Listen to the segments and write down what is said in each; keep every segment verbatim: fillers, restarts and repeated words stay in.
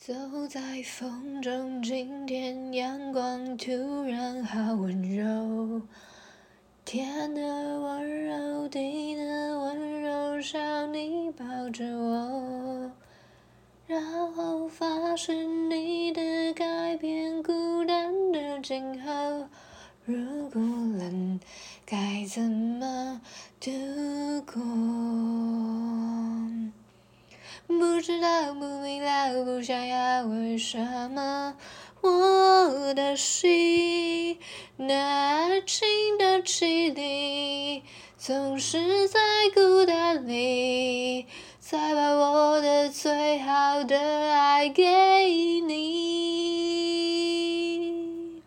走在风中，今天阳光突然好温柔，天的温柔，地的温柔，少你抱着我，然后发生你的改变，孤单的今后，如果冷，该怎么度过？不知道，不明了，不想要，为什么我的心那情的绮丽，总是在孤单里，再把我的最好的爱给你。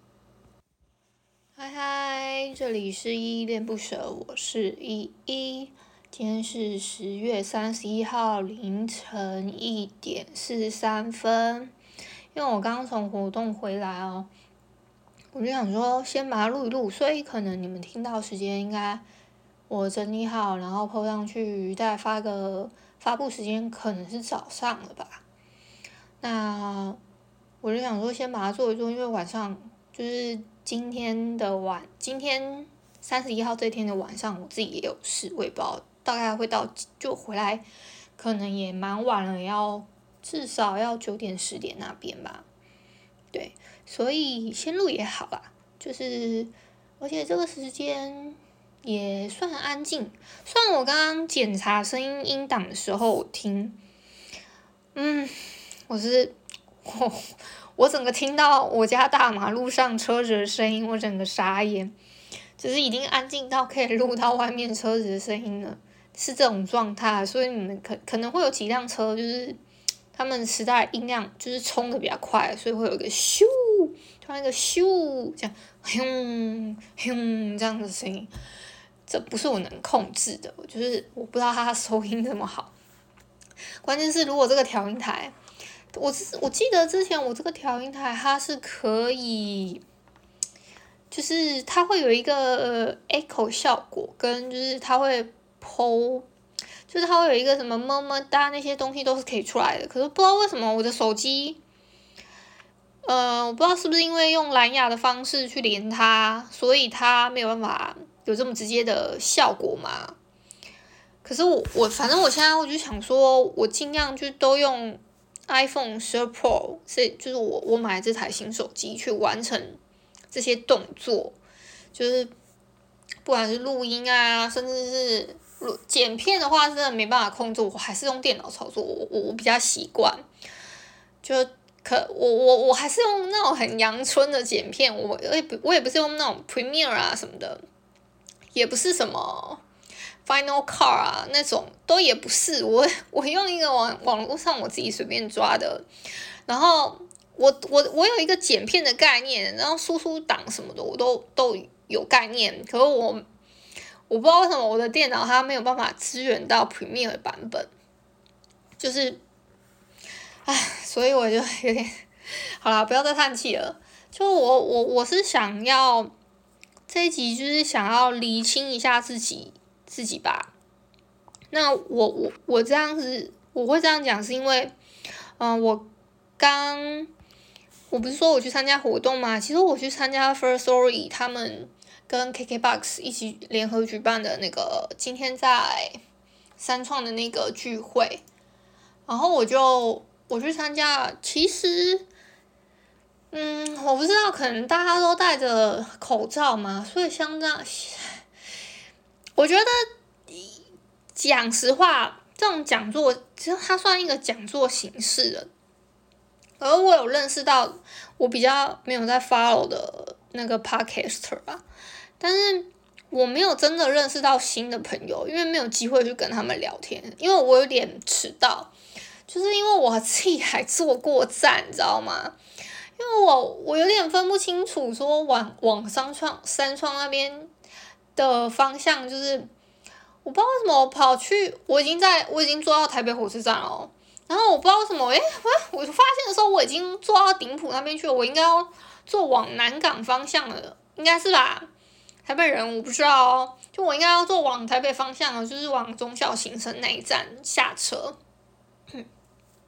嗨嗨，这里是依依恋不舍，我是依依。今天是十月三十一号凌晨一点四十三分，因为我刚刚从活动回来哦，我就想说先把它录一录，所以可能你们听到时间应该我整理好，然后 po 上去，再发个发布时间可能是早上了吧。那我就想说先把它做一做，因为晚上就是今天的晚，今天三十一号这天的晚上，我自己也有事，我也不知道。大概会到就回来，可能也蛮晚了，要至少要九点十点那边吧。对，所以先录也好啦，就是而且这个时间也算安静。虽然我刚刚检查声音音档的时候，我听，嗯，我是我我整个听到我家大马路上车子的声音，我整个傻眼，就是已经安静到可以录到外面车子的声音了。是这种状态，所以你们可可能会有几辆车，就是他们时代音量就是冲的比较快，所以会有一个咻，突然一个咻，这样轰轰这样的声音，这不是我能控制的，就是我不知道它收音这么好。关键是如果这个调音台，我我记得之前我这个调音台它是可以，就是它会有一个 echo 效果，跟就是它会。剖，就是它会有一个什么么么哒那些东西都是可以出来的，可是不知道为什么我的手机，呃，我不知道是不是因为用蓝牙的方式去连它，所以它没有办法有这么直接的效果嘛。可是我我反正我现在我就想说，我尽量就都用 iPhone 十二 Pro， 是就是我我买这台新手机去完成这些动作，就是不管是录音啊，甚至是。剪片的话，真的没办法控制，我还是用电脑操作，我我我比较习惯，就可我我我还是用那种很阳春的剪片，我我也不我也不是用那种 Premiere 啊什么的，也不是什么 Final Cut 啊那种，都也不是，我我用一个网网络上我自己随便抓的，然后我我我有一个剪片的概念，然后输出档什么的我都都有概念，可是我。我不知道为什么我的电脑它没有办法支援到 Premiere 的版本，就是，唉，所以我就有点，好啦，不要再叹气了。就我我我是想要这一集就是想要厘清一下自己自己吧。那我我我这样子我会这样讲是因为，嗯、呃，我刚我不是说我去参加活动嘛，其实我去参加 First Story 他们。跟 K K B O X 一起联合举办的那个今天在三创的那个聚会，然后我就我去参加，其实，嗯，我不知道，可能大家都戴着口罩嘛，所以相当，我觉得讲实话，这种讲座其实它算一个讲座形式的，而我有认识到我比较没有在 follow 的那个 podcaster 啊。但是我没有真的认识到新的朋友，因为没有机会去跟他们聊天，因为我有点迟到，就是因为我自己还坐过站，你知道吗？因为我我有点分不清楚说往往三创三创那边的方向，就是我不知道为什么我跑去，我已经在我已经坐到台北火车站了，然后我不知道为什么，诶，我我发现的时候我已经坐到顶埔那边去了，我应该要坐往南港方向了，应该是吧？台北人我不知道哦，就我应该要坐往台北方向的，就是往忠孝新生那一站下车。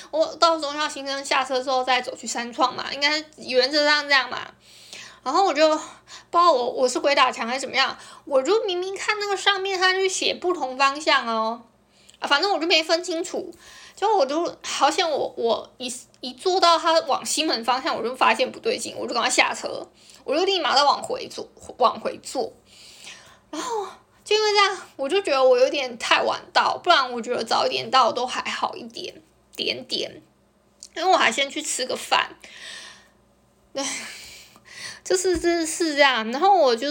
我到中校新生下车之后再走去三创嘛，应该原则上这样嘛。然后我就不知道我我是鬼打墙还是怎么样，我就明明看那个上面它就写不同方向哦，啊，反正我就没分清楚。结果我就好像我我一一坐到他往西门方向，我就发现不对劲，我就赶快下车，我就立马再往回坐，往回坐。然后就因为这样，我就觉得我有点太晚到，不然我觉得早一点到都还好一点点点，因为我还先去吃个饭。对。就是这是这样，然后我就是，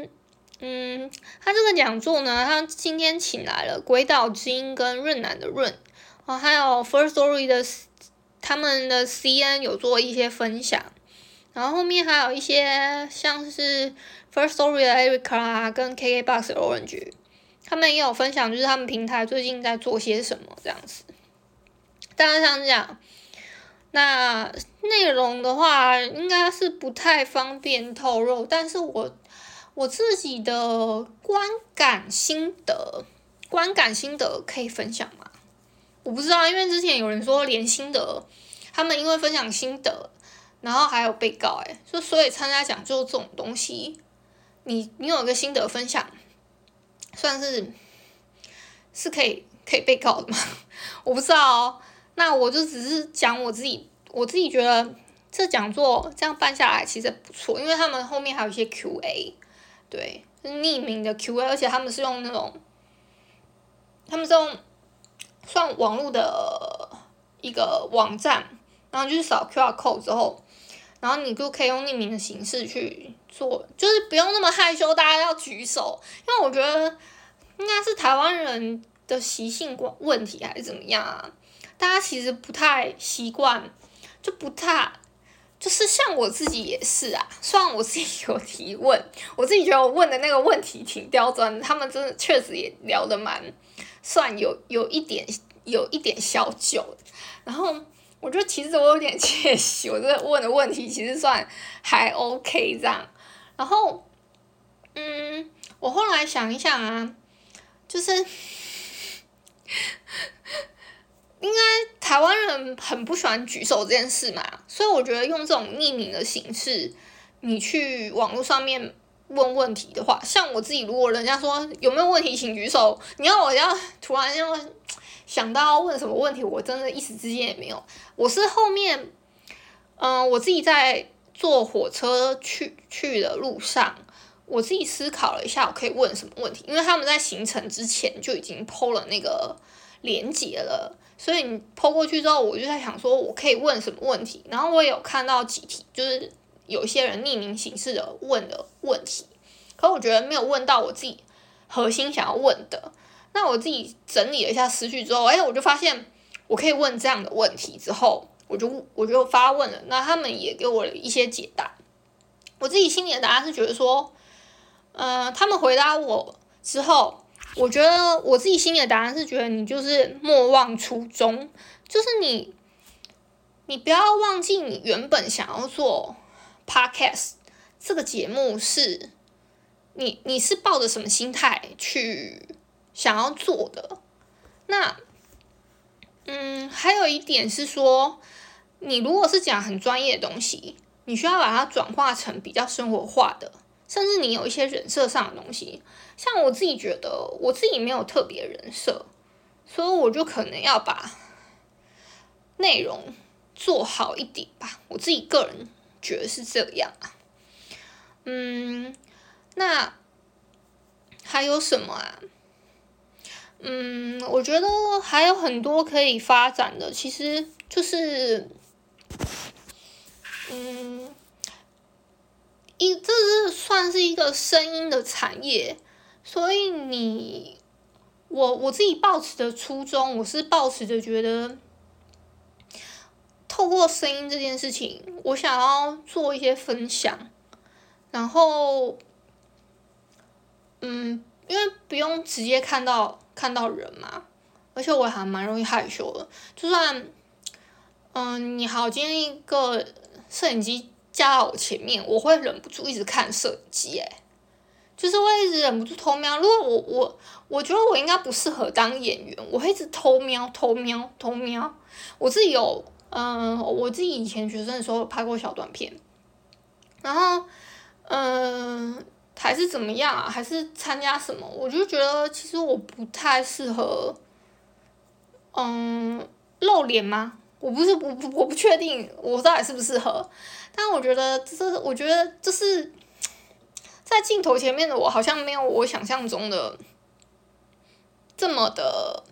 嗯，他这个讲座呢，他今天请来了鬼岛之音跟润南的润，哦，还有 Firstory 的他们的 C N 有做一些分享，然后后面还有一些像是 Firstory 的 Erica 啊，跟 K K B O X 的 Orange， 他们也有分享，就是他们平台最近在做些什么这样子，大概像这样。那内容的话，应该是不太方便透露，但是我我自己的观感心得，观感心得可以分享吗？我不知道，因为之前有人说连心得，他们因为分享心得，然后还有被告、欸，哎，就所以参加讲座这种东西，你你有一个心得分享，算是是可以可以被告的吗？我不知道哦。那我就只是讲我自己，我自己觉得这讲座这样办下来其实不错，因为他们后面还有一些 Q A， 对，是匿名的 Q A， 而且他们是用那种，他们是用算网络的一个网站，然后就是扫 Q R code 之后，然后你就可以用匿名的形式去做，就是不用那么害羞，大家要举手，因为我觉得应该是台湾人的习性问题还是怎么样啊？大家其实不太习惯，就不太，就是像我自己也是啊。虽然我自己有提问，我自己觉得我问的那个问题挺刁钻，他们真的确实也聊得蛮，算有有一点有一点小久。然后我觉得其实我有点窃喜，我这问的问题其实算还 OK 这样。然后，嗯，我后来想一想啊，就是。应该台湾人很不喜欢举手这件事嘛，所以我觉得用这种匿名的形式，你去网络上面问问题的话，像我自己，如果人家说有没有问题请举手，你要我要突然要想到问什么问题，我真的一时之间也没有。我是后面，嗯、呃，我自己在坐火车去去的路上，我自己思考了一下，我可以问什么问题，因为他们在行程之前就已经 po 了那个连结了。所以你 po 过去之后，我就在想说，我可以问什么问题？然后我也有看到几题，就是有一些人匿名形式的问的问题，可我觉得没有问到我自己核心想要问的。那我自己整理了一下思绪之后，哎，我就发现我可以问这样的问题之后，我就我就发问了。那他们也给我了一些解答。我自己心里的答案是觉得说，呃，他们回答我之后。我觉得我自己心里的答案是觉得你就是莫忘初衷，就是你，你不要忘记你原本想要做 podcast 这个节目是，你你是抱着什么心态去想要做的？那，嗯，还有一点是说，你如果是讲很专业的东西，你需要把它转化成比较生活化的。甚至你有一些人设上的东西，像我自己觉得我自己没有特别人设，所以我就可能要把内容做好一点吧。我自己个人觉得是这样啊。嗯，那还有什么啊？嗯，我觉得还有很多可以发展的，其实就是，嗯。一这是算是一个声音的产业，所以你我我自己抱持的初衷，我是抱持着觉得，透过声音这件事情，我想要做一些分享，然后，嗯，因为不用直接看到看到人嘛，而且我还蛮容易害羞的，就算，嗯，你好，今天一个摄影机架到我前面，我会忍不住一直看摄影机，诶， 就是会一直忍不住偷瞄。如果我我我觉得我应该不适合当演员，我会一直偷瞄偷瞄偷瞄。我自己有嗯、呃，我自己以前学生的时候有拍过小短片，然后嗯、呃，还是怎么样啊？还是参加什么？我就觉得其实我不太适合嗯露脸吗？我不是我不我不确定我到底适不适合，但我觉得这我觉得这是在镜头前面的我好像没有我想象中的这么的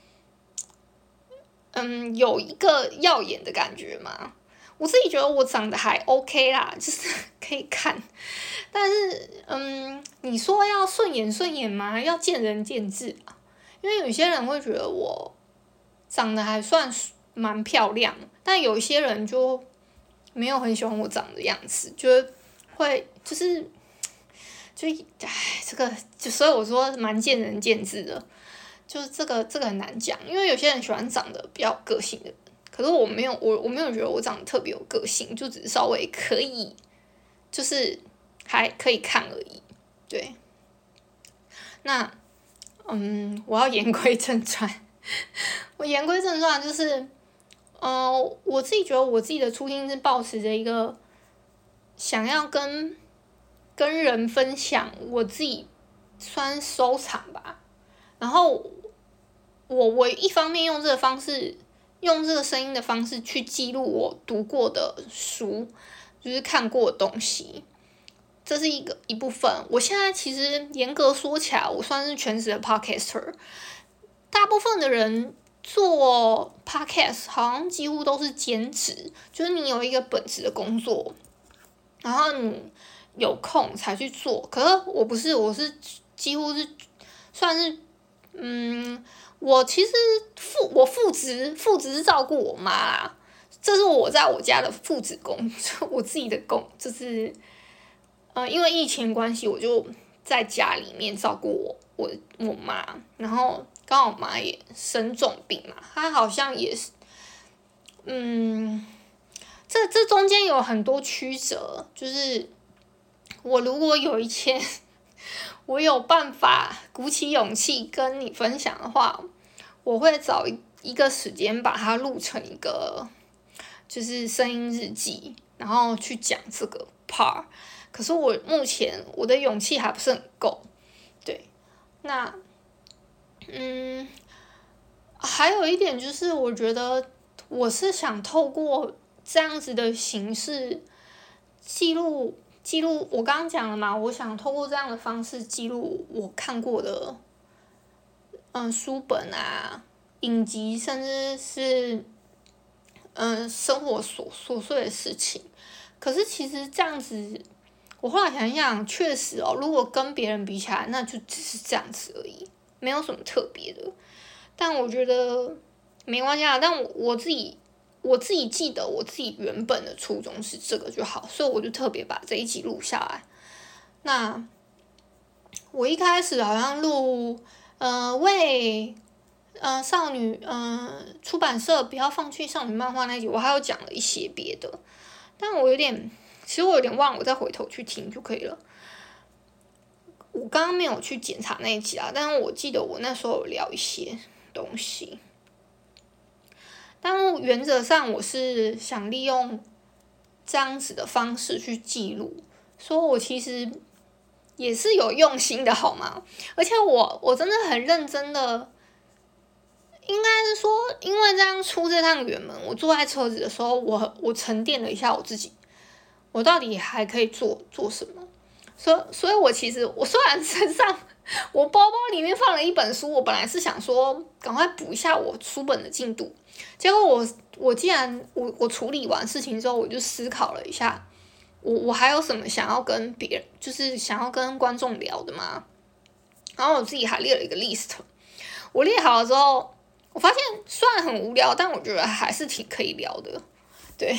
嗯有一个耀眼的感觉嘛。我自己觉得我长得还 OK 啦，就是可以看，但是嗯你说要顺眼顺眼吗？要见仁见智啊，因为有些人会觉得我长得还算蛮漂亮，但有一些人就没有很喜欢我长的样子，就会就是就唉，这个就所以我说蛮见仁见智的，就是这个这个很难讲，因为有些人喜欢长得比较有个性的人，可是我没有我我没有觉得我长得特别有个性，就只是稍微可以，就是还可以看而已，对。那嗯，我要言归正传，我言归正传就是，呃，我自己觉得我自己的初心是抱持着一个想要跟跟人分享我自己算收藏吧，然后我我一方面用这个方式，用这个声音的方式去记录我读过的书，就是看过的东西，这是一个一部分。我现在其实严格说起来，我算是全职的 podcaster。大部分的人做 podcast 好像几乎都是兼职，就是你有一个本职的工作，然后你有空才去做。可是我不是，我是几乎是算是，嗯，我其实父我父职父职是照顾我妈啦，这是我在我家的父职工，我自己的工就是，呃，因为疫情关系，我就在家里面照顾我我我妈，然后刚好我妈也生重病嘛，她好像也是，嗯。这这中间有很多曲折，就是我如果有一天我有办法鼓起勇气跟你分享的话，我会找一一个时间把它录成一个就是声音日记，然后去讲这个 part。可是我目前我的勇气还不是很够，对，那嗯，还有一点就是我觉得我是想透过这样子的形式记录记录，我刚刚讲了嘛，我想透过这样的方式记录我看过的，嗯，书本啊、影集，甚至是嗯生活琐琐碎的事情。可是其实这样子，我后来想想，确实哦，如果跟别人比起来，那就只是这样子而已，没有什么特别的。但我觉得没关系啊，但我我自己我自己记得我自己原本的初衷是这个就好，所以我就特别把这一集录下来。那我一开始好像录，呃，为呃少女，呃出版社不要放弃少女漫画那集，我还有讲了一些别的，但我有点，其实我有点忘了，我再回头去听就可以了。我刚刚没有去检查那一集啊，但是我记得我那时候有聊一些东西。但原则上我是想利用这样子的方式去记录，所以我其实也是有用心的，好吗？而且我我真的很认真的，应该是说，因为这样出这趟远门，我坐在车子的时候，我我沉淀了一下我自己，我到底还可以做做什么？所以，所以我其实我虽然身上我包包里面放了一本书，我本来是想说赶快补一下我书本的进度，结果我我既然我我处理完事情之后，我就思考了一下，我我还有什么想要跟别人，就是想要跟观众聊的吗？然后我自己还列了一个 list， 我列好了之后，我发现虽然很无聊，但我觉得还是挺可以聊的，对，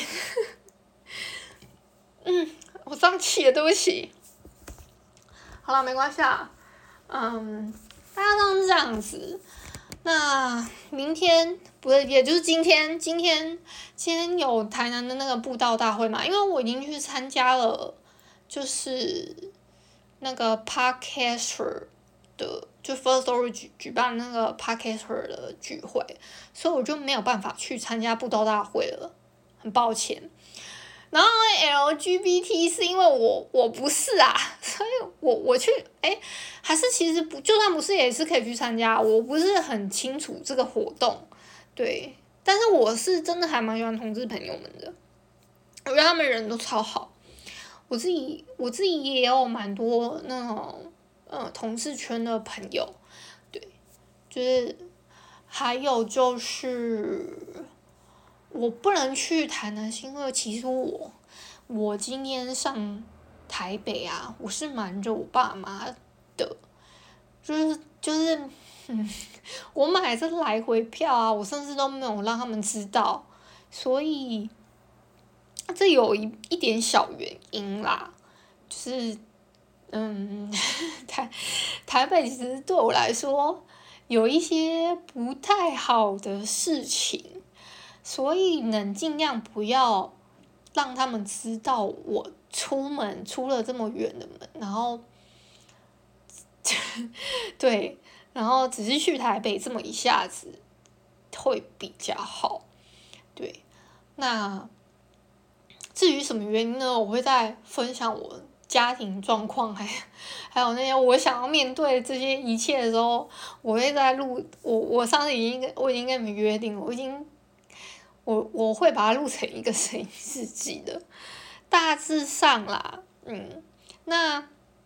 嗯，我放弃了，对不起。好了，没关系啊，嗯，大家都是这样子。那明天不是，也就是今天，今天今天有台南的那个布道大会嘛？因为我已经去参加了，就是那个 Podcaster 的，就 Firstory 举举办那个 Podcaster 的聚会，所以我就没有办法去参加布道大会了，很抱歉。然后 L G B T 是因为我我不是啊，所以我我去哎，还是其实不就算不是也是可以去参加，我不是很清楚这个活动，对，但是我是真的还蛮喜欢同志朋友们的，我觉得他们人都超好，我自己我自己也有蛮多那种呃同志圈的朋友，对，就是还有就是我不能去台南，是因为其实我我今天上台北啊，我是瞒着我爸妈的，就是就是嗯，我买这来回票啊，我甚至都没有让他们知道，所以这有一一点小原因啦，就是嗯，台台北其实对我来说有一些不太好的事情，所以能尽量不要让他们知道我出门出了这么远的门，然后对，然后只是去台北这么一下子会比较好，对，那至于什么原因呢？我会再分享我家庭状况，还还有那些我想要面对这些一切的时候，我会再录。我我上次已经我已经跟你们约定了，我已经我我会把它录成一个声音日记的，大致上啦，嗯，那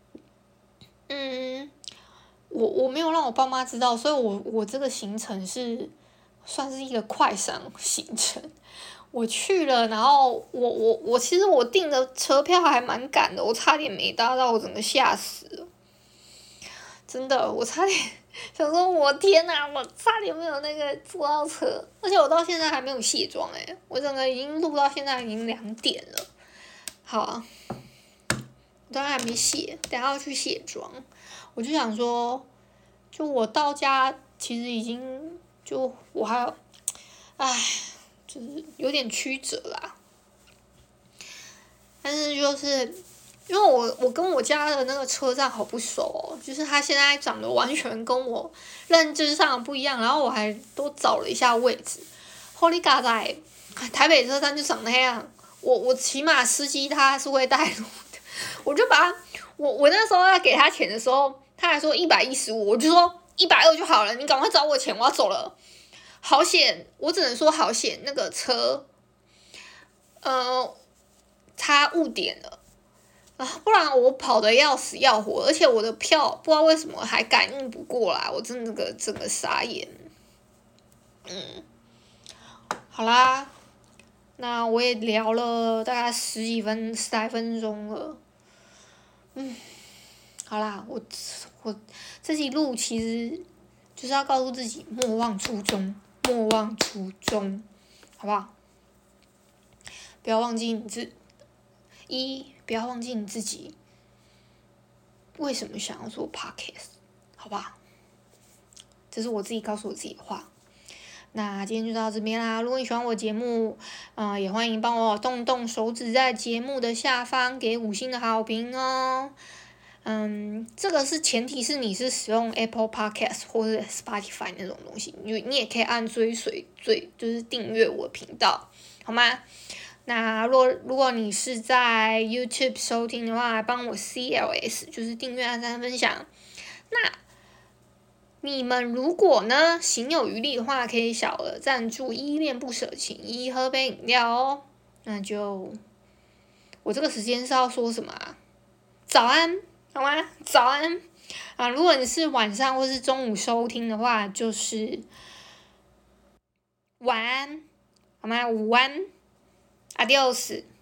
嗯，我我没有让我爸妈知道，所以我我这个行程是算是一个快闪行程。我去了，然后我我我其实我订的车票还蛮赶的，我差点没搭到，我整个吓死了，真的，我差点想说，我天哪，我差点没有那个坐到车，而且我到现在还没有卸妆诶，我整个已经录到现在已经两点了，好啊，我当然还没卸，等下要去卸妆，我就想说，就我到家其实已经就我还有，唉。就是有点曲折啦，但是就是因为我我跟我家的那个车站好不熟哦，就是他现在长得完全跟我认知上不一样，然后我还都找了一下位置，Holy God，在台北车站就长那样，我我起码司机他是会带路的，我就把他我我那时候要给他钱的时候，他还说一百一十五，我就说一百二就好了，你赶快找我钱，我要走了。好险，我只能说好险，那个车，呃，他误点了啊，不然我跑得要死要活，而且我的票不知道为什么还感应不过来，我真的个整个傻眼。嗯，好啦，那我也聊了大概十几分十来分钟了，嗯，好啦，我我这集录其实就是要告诉自己莫忘初衷。莫忘初衷，好不好？不要忘记你自一，不要忘记你自己为什么想要做 podcast， 好不好？这是我自己告诉我自己的话。那今天就到这边啦。如果你喜欢我节目，呃，也欢迎帮我动动手指，在节目的下方给五星的好评哦。嗯，这个是前提是你是使用 Apple Podcast 或者 Spotify 那种东西，你你也可以按追随追，就是订阅我的频道，好吗？那如果如果你是在 YouTube 收听的话，帮我 C L S， 就是订阅、按赞、分享。那你们如果呢行有余力的话，可以小额赞助，依恋不舍，请依喝杯饮料哦。那就我这个时间是要说什么啊？早安。好吗？早安啊！如果你是晚上或是中午收听的话，就是晚安，好吗？午安，Adios。